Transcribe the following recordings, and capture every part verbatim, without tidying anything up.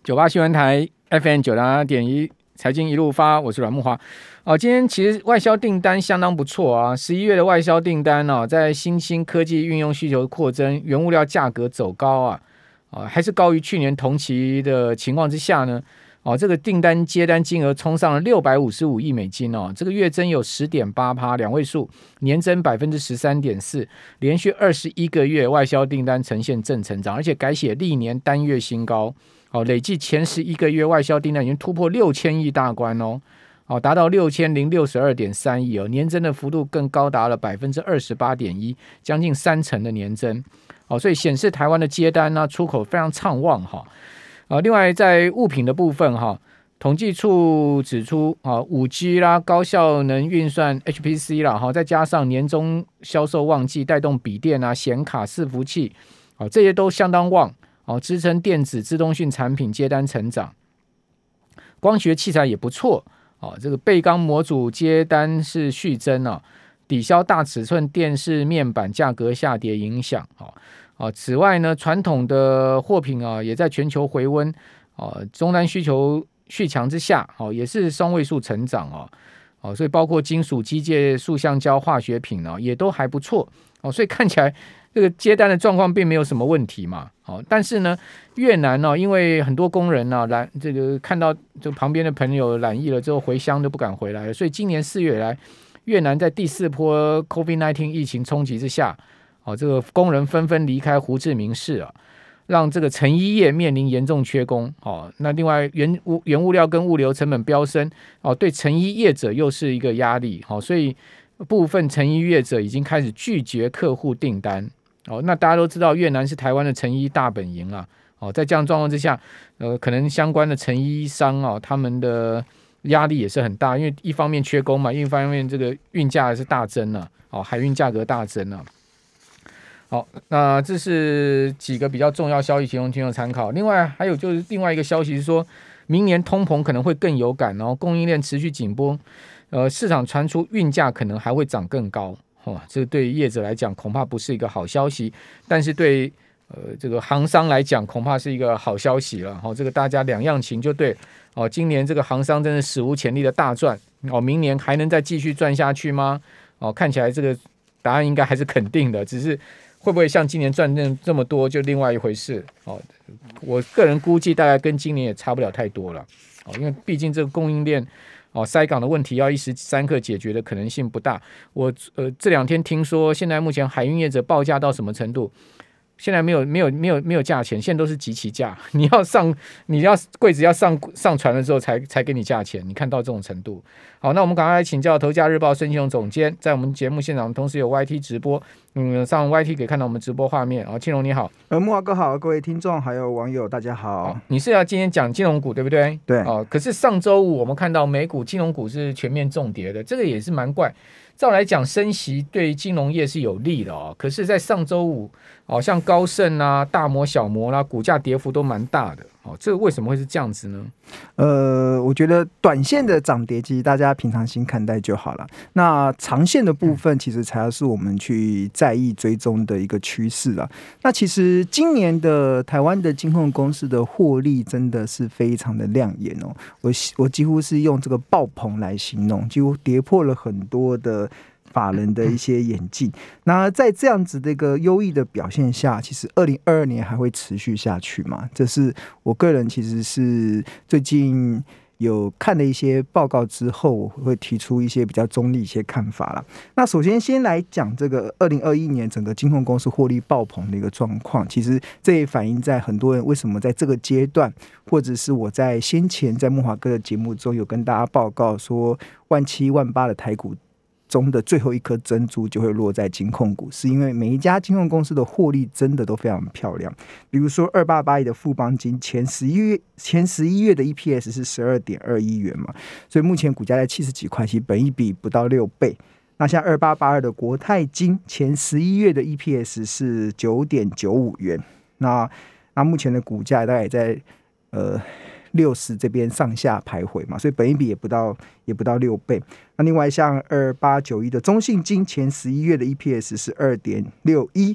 九八新闻台 F M 九八点一财经一路发，我是阮木华。哦，今天其实外销订单相当不错啊，十一月的外销订单哦，在新兴科技运用需求扩增，原物料价格走高啊，啊还是高于去年同期的情况之下呢，哦，这个订单接单金额冲上了六百五十五亿美金哦，这个月增有 十点八趴， 两位数，年增 百分之十三点四， 连续二十一个月外销订单呈现正成长，而且改写历年单月新高。哦，累计前十一个月外销订单已经突破六千亿大关哦，哦，达到六千零六十二点三亿哦，年增的幅度更高达了百分之二十八点一，将近三成的年增哦，所以显示台湾的接单呢、啊、出口非常畅旺哈。啊，另外在物品的部分哈，统计处指出啊，五 G 啦、高效能运算 H P C 啦，哈，再加上年终销售旺季，带动笔电啊、显卡、伺服器，哦，这些都相当旺。哦，支撑电子自动讯产品接单成长，光学器材也不错哦。这个背钢模组接单是续增啊，抵消大尺寸电视面板价格下跌影响哦。哦，此外呢，传统的货品啊也在全球回温哦，终端需求续强之下哦，也是双位数成长哦。哦，所以包括金属、机械、塑橡胶、化学品呢、哦，也都还不错哦。所以看起来这个接单的状况并没有什么问题嘛。哦，但是呢，越南呢、哦，因为很多工人呢、啊，染这个看到就旁边的朋友染疫了之后回乡都不敢回来了，所以今年四月以来，越南在第四波 COVID 十九 疫情冲击之下，哦，这个工人纷纷离开胡志明市啊。让这个成衣业面临严重缺工哦，那另外原物原物料跟物流成本飙升哦，对成衣业者又是一个压力哦，所以部分成衣业者已经开始拒绝客户订单哦。那大家都知道越南是台湾的成衣大本营啊哦，在这样状况之下，呃，可能相关的成衣商哦，他们的压力也是很大，因为一方面缺工嘛，另一方面这个运价是大增了哦，海运价格大增了。好，那这是几个比较重要消息，提供听众参考。另外还有就是另外一个消息是说，明年通膨可能会更有感哦，供应链持续紧绷，呃，市场传出运价可能还会涨更高，哦，这对于业者来讲恐怕不是一个好消息，但是对呃这个行商来讲恐怕是一个好消息了。哦，这个大家两样情就对哦，今年这个行商真的史无前例的大赚哦，明年还能再继续赚下去吗？哦，看起来这个答案应该还是肯定的，只是。会不会像今年赚这么多就另外一回事哦？我个人估计大概跟今年也差不了太多了哦，因为毕竟这个供应链哦塞港的问题要一时三刻解决的可能性不大。我呃这两天听说，现在目前海运业者报价到什么程度？现在没有没有没有没有价钱，现在都是即期价。你要上你要柜子要上上船的时候才才给你价钱，你看到这种程度。好，那我们赶快来请教头家日报孙庆荣总监，在我们节目现场同时有 Y T 直播，嗯，上 Y T 可以看到我们直播画面。好，庆荣你好， 呃，木华哥好，各位听众还有网友大家好。 哦、你是要今天讲金融股对不对？ 对。 哦，可是上周五我们看到美股金融股是全面重跌的，这个也是蛮怪。照来讲，升息对金融业是有利的哦。可是，在上周五，哦，像高盛啊、大摩、小摩啦、啊，股价跌幅都蛮大的哦。这个为什么会是这样子呢？ 呃，我觉得短线的涨跌其实大家平常心看待就好了。那长线的部分，其实才是我们去在意追踪的一个趋势了。那其实今年的台湾的金控公司的获利真的是非常的亮眼哦。我我几乎是用这个爆棚来形容，几乎跌破了很多的。法人的一些眼镜，那在这样子的一个优异的表现下，其实二零二二年还会持续下去嘛？这是我个人其实是最近有看了一些报告之后，我会提出一些比较中立一些看法啦。那首先先来讲这个二零二一年整个金控公司获利爆棚的一个状况，其实这也反映在很多人为什么在这个阶段，或者是我在先前在木华哥的节目中有跟大家报告说，万七万八的台股。中的最后一颗珍珠就会落在金控股，是因为每一家金控公司的获利真的都非常漂亮。比如说二八八一的富邦金前十一月前十一月的 E P S 是十二点二一元嘛，所以目前股价在七十几块，其实本益比不到六倍。那像二八八二的国泰金前十一月的 E P S 是九点九五元，那那目前的股价大概也在呃。六十这边上下徘徊嘛，所以本益比也不到也不到六倍。那另外像二八九一的中信金前十一月的 E P S 是二点六一，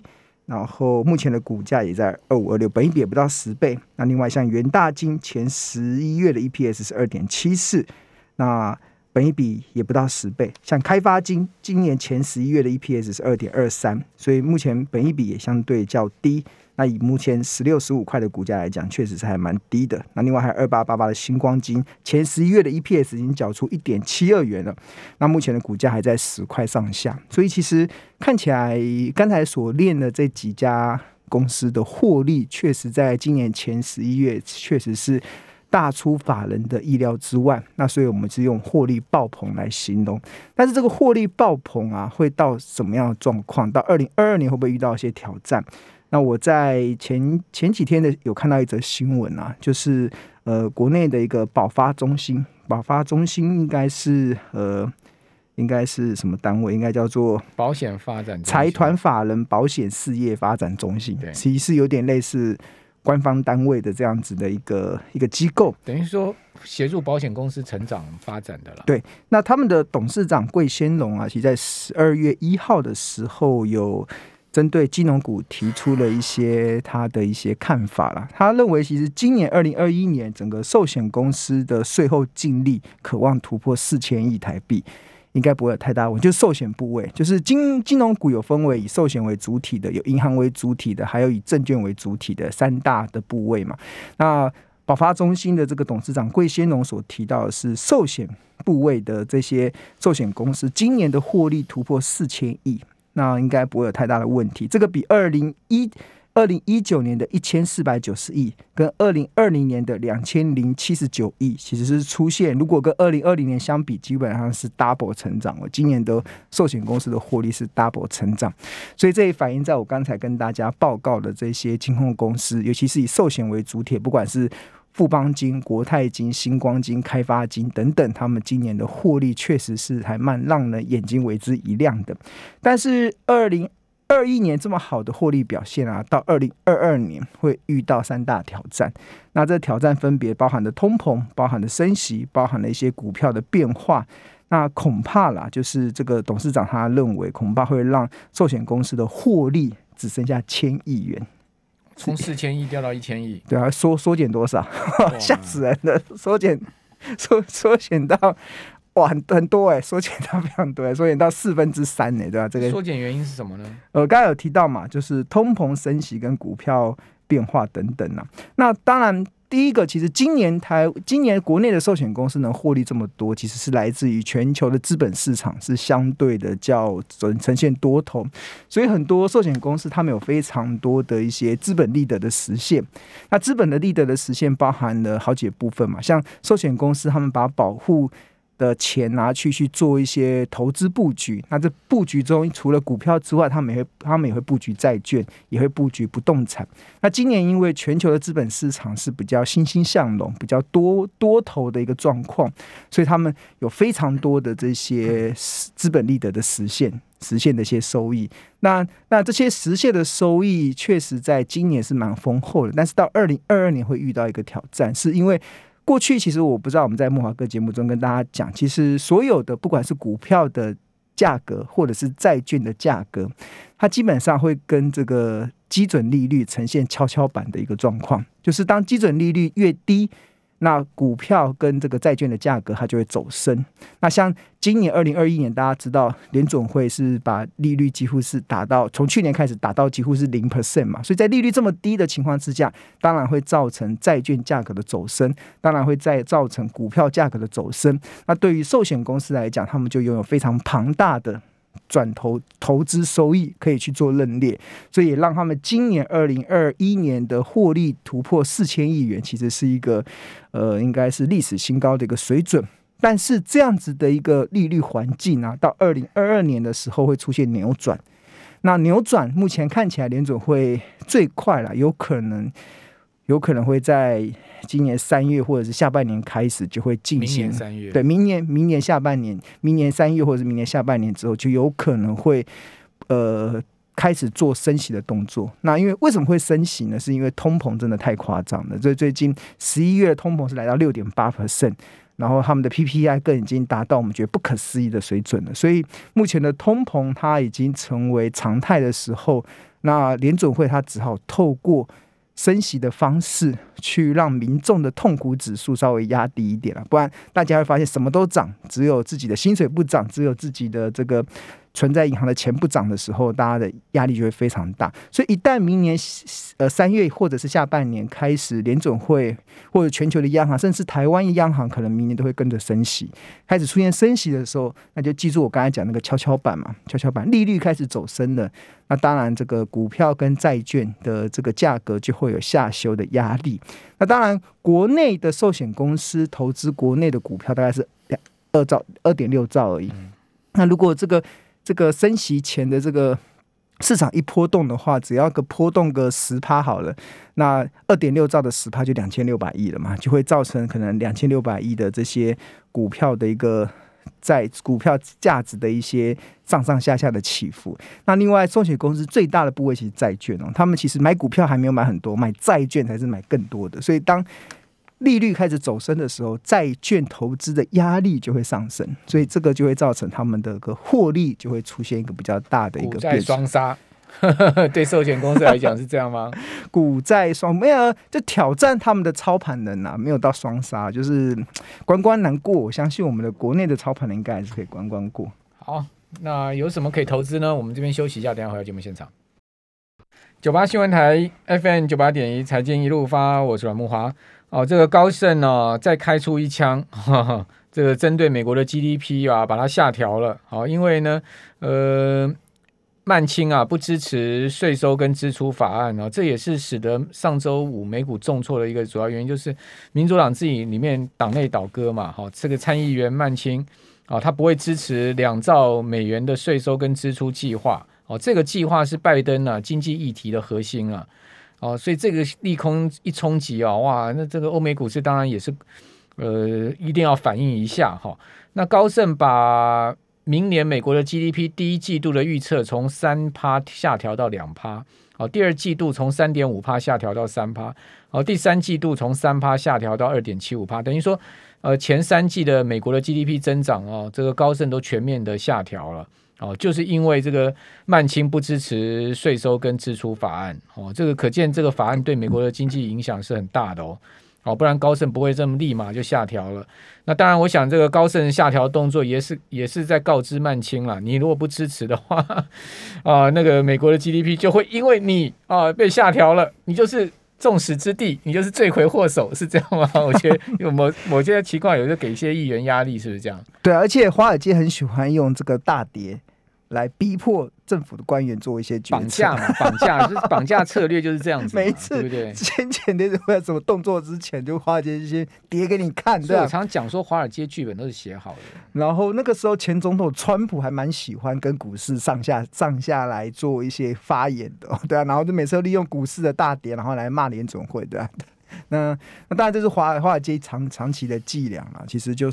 然后目前的股价也在二五二六，本益比也不到十倍。那另外像元大金前十一月的 E P S 是二点七四，那本益比也不到十倍。像开发金今年前十一月的 E P S 是二点二三，所以目前本益比也相对较低。那以目前十六十五块的股价来讲，确实是还蛮低的。那另外还有二八八八的星光金，前十一月的 E P S 已经缴出一点七二元了，那目前的股价还在十块上下。所以其实看起来，刚才所练的这几家公司的获利，确实在今年前十一月确实是大出法人的意料之外。那所以我们是用获利爆棚来形容。但是这个获利爆棚啊，会到什么样的状况？到二零二二年会不会遇到一些挑战？那我在前前几天的有看到一则新闻啊，就是呃国内的一个保发中心，保发中心应该是呃应该是什么单位？应该叫做保险发展财团法人保险事业发展中心，其实是有点类似官方单位的这样子的一个一个机构， 等于说协助保险公司成长发展的了。 对，那他们的董事长桂先龙啊，其实在十二月一号的时候有针对金融股提出了一些他的一些看法啦。他认为其实今年二零二一年整个寿险公司的税后净利渴望突破四千亿台币，应该不会有太大问题。就是寿险部位，就是金金融股有分为以寿险为主体的，有银行为主体的，还有以证券为主体的三大的部位嘛。那保发中心的这个董事长桂先龙所提到的是寿险部位的这些寿险公司今年的获利突破四千亿，那应该不会有太大的问题。这个比二零一九年的一千四百九十亿跟二零二零年的两千零七十九亿其实是出现，如果跟二零二零年相比，基本上是 double 成长。今年的寿险公司的获利是 double 成长，所以这也反映在我刚才跟大家报告的这些金控公司，尤其是以寿险为主体，不管是富邦金、国泰金、星光金、开发金等等，他们今年的获利确实是还蛮让人眼睛为之一亮的。但是二零二一年这么好的获利表现啊，到二零二二年会遇到三大挑战。那这挑战分别包含了通膨、包含了升息、包含了一些股票的变化。那恐怕啦，就是这个董事长他认为，恐怕会让寿险公司的获利只剩下千亿元。 从四千亿掉到一千亿， 对啊，缩缩减多少？吓死人了！缩减缩缩减到哇很很多哎、欸，缩减到非常多、欸，缩减到四分之三哎，对吧、啊？这个缩减原因是什么呢？ 呃，刚才有提到嘛，就是通膨升息跟股票变化等等啊。那当然，第一个，其实今年台今年国内的寿险公司能获利这么多，其实是来自于全球的资本市场是相对的较呈现多头，所以很多寿险公司他们有非常多的一些资本利得的实现。那资本的利得的实现包含了好几个部分嘛，像寿险公司他们把保护的钱拿去去做一些投资布局，那这布局中除了股票之外，他们也会他们也会布局债券，也会布局不动产。那今年因为全球的资本市场是比较欣欣向荣、比较多多头的一个状况，所以他们有非常多的这些资本利得的实现。实现的一些收益，那那这些实现的收益确实在今年是蛮丰厚的，但是到二零二二年会遇到一个挑战，是因为过去其实我不知道我们在慕骅哥节目中跟大家讲，其实所有的不管是股票的价格或者是债券的价格，它基本上会跟这个基准利率呈现跷跷板的一个状况，就是当基准利率越低，那股票跟这个债券的价格它就会走升。那像今年二零二一年，大家知道联准会是把利率几乎是打到，从去年开始打到几乎是 百分之零 嘛，所以在利率这么低的情况之下，当然会造成债券价格的走升，当然会再造成股票价格的走升。那对于寿险公司来讲，他们就拥有非常庞大的转投投资收益可以去做认列，所以也让他们今年二零二一年的获利突破四千亿元，其实是一个呃应该是历史新高的一个水准。但是这样子的一个利率环境啊，到二零二二年的时候会出现扭转。那扭转目前看起来联准会最快啦，有可能有可能会在今年三月或者是下半年开始就会进行， 明年三月， 对，明年明年下半年，明年三月或者是明年下半年之后，就有可能会呃开始做升息的动作。那因为为什么会升息呢？是因为通膨真的太夸张了，所以最近十一月的通膨是来到 百分之六点八， 然后他们的 P P I 更已经达到我们觉得不可思议的水准了。所以目前的通膨它已经成为常态的时候， 那联准会它只好透过升息的方式去让民众的痛苦指数稍微压低一点了，不然大家会发现什么都涨，只有自己的薪水不涨，只有自己的这个存在银行的钱不涨的时候，大家的压力就会非常大。所以一旦明年呃三月或者是下半年开始，联准会或者全球的央行，甚至台湾的央行，可能明年都会跟着升息，开始出现升息的时候，那就记住我刚才讲那个跷跷板嘛，跷跷板利率开始走升了，那当然这个股票跟债券的这个价格就会有下修的压力。那当然国内的寿险公司投资国内的股票大概是二兆二点六兆而已，那如果这个这个升息前的这个市场一波动的话，只要个波动个十趴好了，那二点六兆的十趴就两千六百亿了嘛，就会造成可能两千六百亿的这些股票的一个在股票价值的一些上上下下的起伏。那另外寿险公司最大的部位其实债券哦，他们其实买股票还没有买很多，买债券才是买更多的，所以当利率开始走升的时候，债券投资的压力就会上升，所以这个就会造成他们的个获利就会出现一个比较大的一个变数。 股债双杀对寿险公司来讲是这样吗？ 股债双没有，就挑战他们的操盘人啊，没有到双杀，就是关关难过。我相信我们的国内的操盘人应该还是可以关关过。 好，那有什么可以投资呢？我们这边休息一下，等一下回到节目现场。九八新闻台 F M 九八点一财经一路发，我是阮慕骅。哦，这个高盛呢再开出一枪，呵呵，这个针对美国的 G D P 啊，把它下调了。好，因为呢，呃，曼青啊不支持税收跟支出法案啊，这也是使得上周五美股重挫的一个主要原因，就是民主党自己里面党内倒戈嘛。好，这个参议员曼青啊，他不会支持两兆美元的税收跟支出计划。哦，这个计划是拜登啊经济议题的核心啊。哦，所以这个利空一冲击啊，哇，那这个欧美股市当然也是，呃，一定要反映一下哈。那高盛把明年美国的 G D P 第一季度的预测从三趴下调到两趴，好，第二季度从三点五趴下调到三趴，好，第三季度从三趴下调到二点七五趴，等于说，呃，前三季的美国的 G D P 增长啊，这个高盛都全面的下调了。哦，就是因为这个曼青不支持税收跟支出法案，哦，这个可见这个法案对美国的经济影响是很大的哦，哦，不然高盛不会这么立马就下调了。那当然，我想这个高盛下调动作也是也是在告知曼青啦，你如果不支持的话，啊，那个美国的 G D P 就会因为你啊被下调了，你就是众矢之的，你就是罪魁祸首，是这样吗？我觉得有某某些情况，有就给一些议员压力，是不是这样？ 对，而且华尔街很喜欢用这个大跌来逼迫政府的官员做一些决策， 绑架嘛，绑架就是绑架策略就是这样子， 每一次对不对？先前的有什么动作之前，就华尔街先跌给你看。 所以我常常讲说，华尔街剧本都是写好的。 然后那个时候，前总统川普还蛮喜欢跟股市上下上下来做一些发言的，对啊。然后就每次都利用股市的大跌，然后来骂联准会，对啊。那那当然这是华华尔街长长期的伎俩啦，其实就是。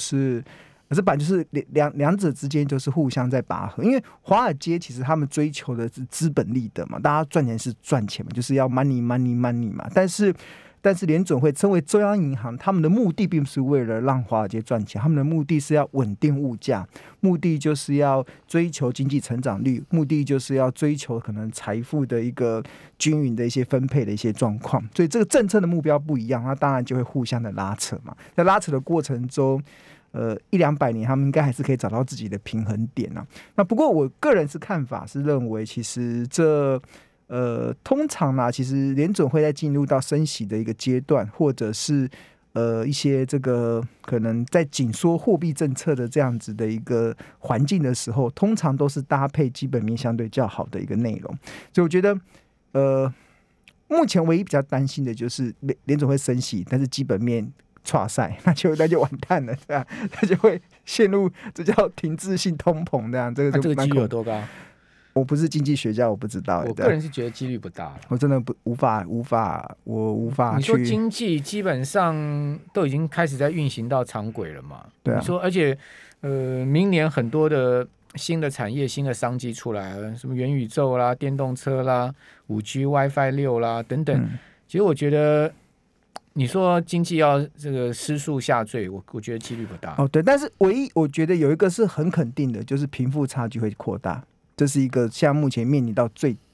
可是本来就是两两者之间就是互相在拔河，因为华尔街其实他们追求的是资本利得嘛，大家赚钱是赚钱嘛，就是要 money money money 嘛。但是但是联准会称为中央银行，他们的目的并不是为了让华尔街赚钱，他们的目的是要稳定物价，目的就是要追求经济成长率，目的就是要追求可能财富的一个均匀的一些分配的一些状况。所以这个政策的目标不一样，那当然就会互相的拉扯嘛。在拉扯的过程中。呃，一两百年，他们应该还是可以找到自己的平衡点啊。那不过我个人是看法是认为，其实这呃，通常呢，其实联准会在进入到升息的一个阶段，或者是呃一些这个可能在紧缩货币政策的这样子的一个环境的时候，通常都是搭配基本面相对较好的一个内容。所以我觉得，呃，目前唯一比较担心的就是联准会升息，但是基本面。剉赛，那就那就完蛋了，对吧？那就会陷入这叫停滞性通膨这样，这个就、 啊、这个几率有多高？ 我不是经济学家，我不知道。 我个人是觉得几率不大， 我真的不无法无法，我无法去。 你说经济基本上都已经开始在运行到常轨了嘛？ 对啊。 你说，而且呃，明年很多的新的产业、新的商机出来了，什么元宇宙啦、电动车啦、五 G、WiFi 六啦等等、嗯。其实我觉得。你说经济要这个失速下坠，我我觉得几率不大。 哦，对，但是唯一我觉得有一个是很肯定的，就是贫富差距会扩大，这是一个现在目前面临到最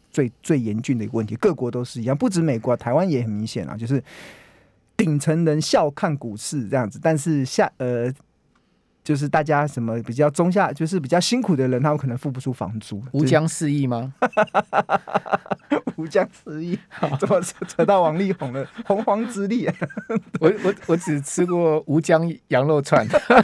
最最严峻的一个问题，各国都是一样，不止美国、啊，台湾也很明显啊，就是顶层人笑看股市这样子，但是下呃。就是大家什么比较中下，就是比较辛苦的人，他们可能付不出房租。 吴江四亿吗？ 吴江四亿，怎么扯到王力宏了？洪荒之力、啊我我我只吃过吴江羊肉串。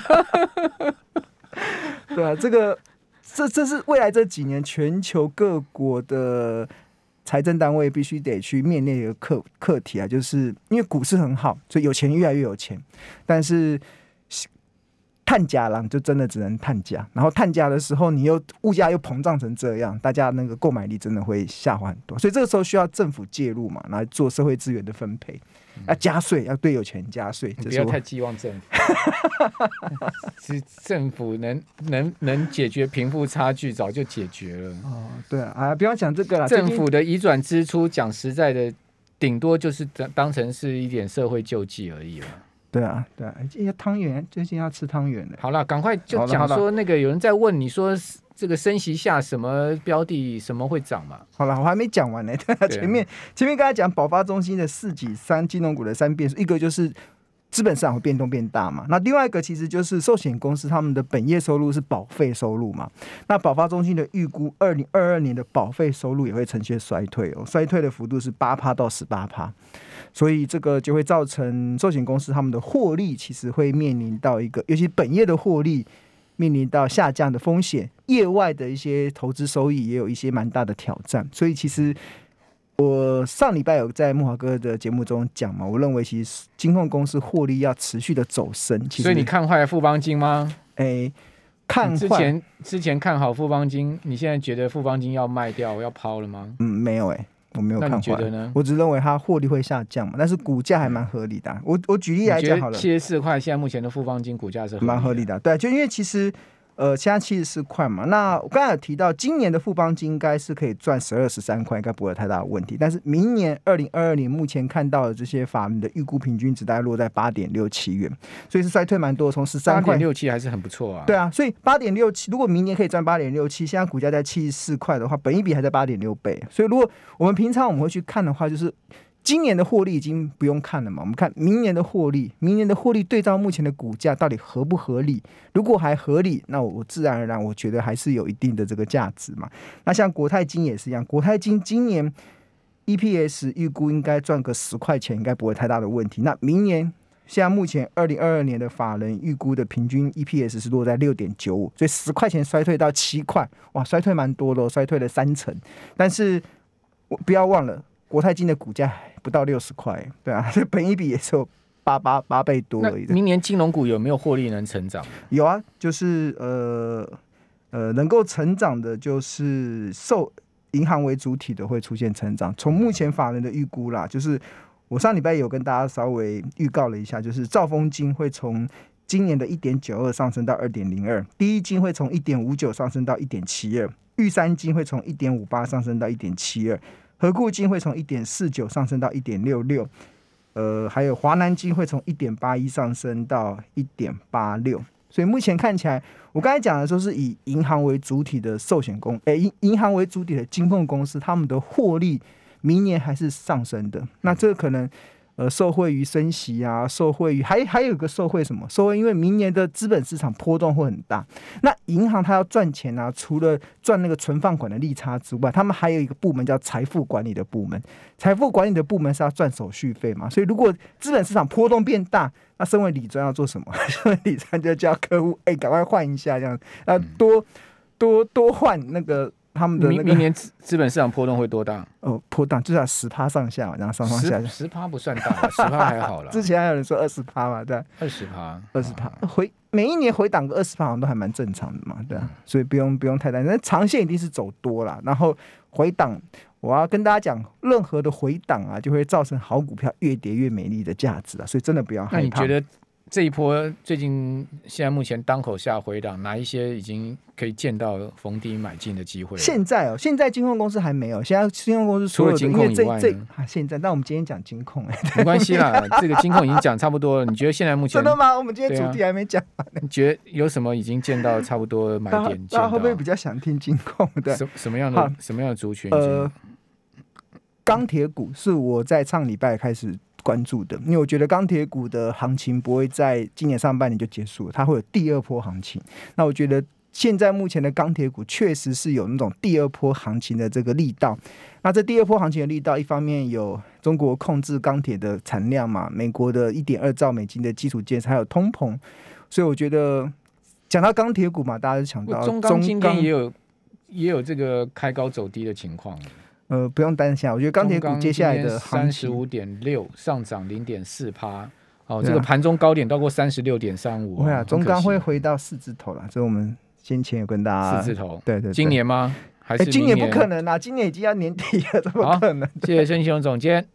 对啊，这个这这是未来这几年全球各国的财政单位必须得去面临的一个课课题啊，就是因为股市很好，所以有钱越来越有钱，但是。碳价啦，就真的只能碳价，然后碳价的时候，你又物价又膨胀成这样，大家那个购买力真的会下滑很多，所以这个时候需要政府介入嘛，来做社会资源的分配，要加税，要对有钱人加税， 不要太寄望政府，是政府能能能解决贫富差距，早就解决了。 哦，对啊，啊，不要讲这个啦， 政府的移转支出，讲实在的，顶多就是当成是一点社会救济而已了。 对啊，对啊，哎，汤圆最近要吃汤圆了。 好了，赶快就讲说那个有人在问你说这个升息下什么标的什么会涨嘛？ 好了，我还没讲完呢。对啊，前面前面刚才讲保发中心的四级三金融股的三变数，一个就是资本市场会变动变大嘛，那另外一个其实就是寿险公司他们的本业收入是保费收入嘛。那保发中心的预估二零二二年的保费收入也会呈现衰退哦，衰退的幅度是八趴到十八趴。所以这个就会造成寿险公司他们的获利其实会面临到一个，尤其本业的获利面临到下降的风险，业外的一些投资收益也有一些蛮大的挑战。所以其实我上礼拜有在木华哥的节目中讲嘛，我认为其实金控公司获利要持续的走升。其实所以你看坏富邦金吗？ 哎，看坏之前之前看好富邦金，你现在觉得富邦金要卖掉要抛了吗？ 嗯，没有哎、欸。我没有看坏， 那你觉得呢？ 我只认为它获利会下降嘛，但是股价还蛮合理的、啊。我我举例来讲好了， 七十四块，现在目前的富邦金股价是蛮合理的、啊。对，就因为其实呃现在七十四块嘛，那我刚才有提到，今年的富邦金应该是可以赚十二十三块，应该不会有太大的问题。但是明年二零二二年目前看到的这些法人的预估平均值大概落在八点六七元，所以是衰退蛮多，从十三块八点六七还是很不错啊。 对啊，所以八点六七，如果明年可以赚八点六七，现在股价在七十四块的话，本益比还在八点六倍。所以如果我们平常我们会去看的话，就是今年的获利已经不用看了嘛，我们看明年的获利，明年的获利对照目前的股价到底合不合理？如果还合理，那我自然而然我觉得还是有一定的这个价值嘛。那像国泰金也是一样，国泰金今年 E P S 预估应该赚个十块钱，应该不会太大的问题。那明年现在目前二零二二年的法人预估的平均 E P S 是落在六点九五，所以十块钱衰退到七块，哇，衰退蛮多的、哦，衰退了三成。但是不要忘了，国泰金的股价不到六十块，对啊，所以本益比也是有八八八倍多而已。 明年金融股有没有获利能成长？ 有啊，就是呃呃，能够成长的，就是受银行为主体的会出现成长。从目前法人的预估啦，就是我上礼拜有跟大家稍微预告了一下，就是兆丰金会从今年的 一点九二 上升到 二点零二， 第一金会从 一点五九 上升到 一点七二， 玉山金会从 一点五八 上升到 一点七二，和固金会从 一点四九 上升到 一点六六， 呃，还有华南金会从 一点八一 上升到 一点八六。 所以目前看起来，我刚才讲的都是以银行为主体的寿险公，诶，银行为主体的金控公司，他们的获利明年还是上升的。那这个可能呃，受惠于升息啊，受惠于还还有一个受惠什么？受惠因为明年的资本市场波动会很大。那银行它要赚钱啊，除了赚那个存放款的利差之外，他们还有一个部门叫财富管理的部门。财富管理的部门是要赚手续费嘛，所以如果资本市场波动变大，那身为理专要做什么？身为理专就叫客户，哎、欸，赶快换一下这样，啊，多多多换那个。他们的、那个、 明年资本市场波动会多大？ 哦，波动至少十趴上下，然后上上下下。 十趴不算大，十趴还好了。 之前还有人说二十趴嘛，对， 二十趴， 二十趴，回每一年回档个二十趴，好像都还蛮正常的嘛，对啊，所以不用不用太担心。但长线一定是走多啦，然后回档，我要跟大家讲，任何的回档啊，就会造成好股票越跌越美丽的价值啊，所以真的不要害怕。 那你觉得这一波最近现在目前当口下回档，哪一些已经可以见到逢低买进的机会？ 现在哦，现在金控公司还没有，现在金控公司除了金控以外这这、啊、现在，但我们今天讲金控、欸， 没关系啦，这个金控已经讲差不多了。你觉得现在目前真的吗？我们今天主题还没讲完、 啊。你觉得有什么已经见到差不多买点？ 大家会不会比较想听金控的？ 什什么样的什么样的族群？ 呃， 钢铁股是我在上礼拜开始关注的，因为我觉得钢铁股的行情不会在今年上半年就结束了，它会有第二波行情。那我觉得现在目前的钢铁股确实是有那种第二波行情的这个力道。那这第二波行情的力道，一方面有中国控制钢铁的产量嘛，美国的 一点二兆美金的基础建设，还有通膨，所以我觉得讲到钢铁股嘛，大家就想到中钢今天也有也有这个开高走低的情况。 呃，不用担心，我觉得钢铁股接下来的行情三十五点六上涨零点四趴。哦，这个盘中高点到过三十六点三五。 对啊，中钢会回到四字头了，这我们先前有跟大家四字头。 对 对, 对， 今年吗？还是今年不可能啊，今年已经要年底了，怎么可能？ 谢谢孙兴荣总监。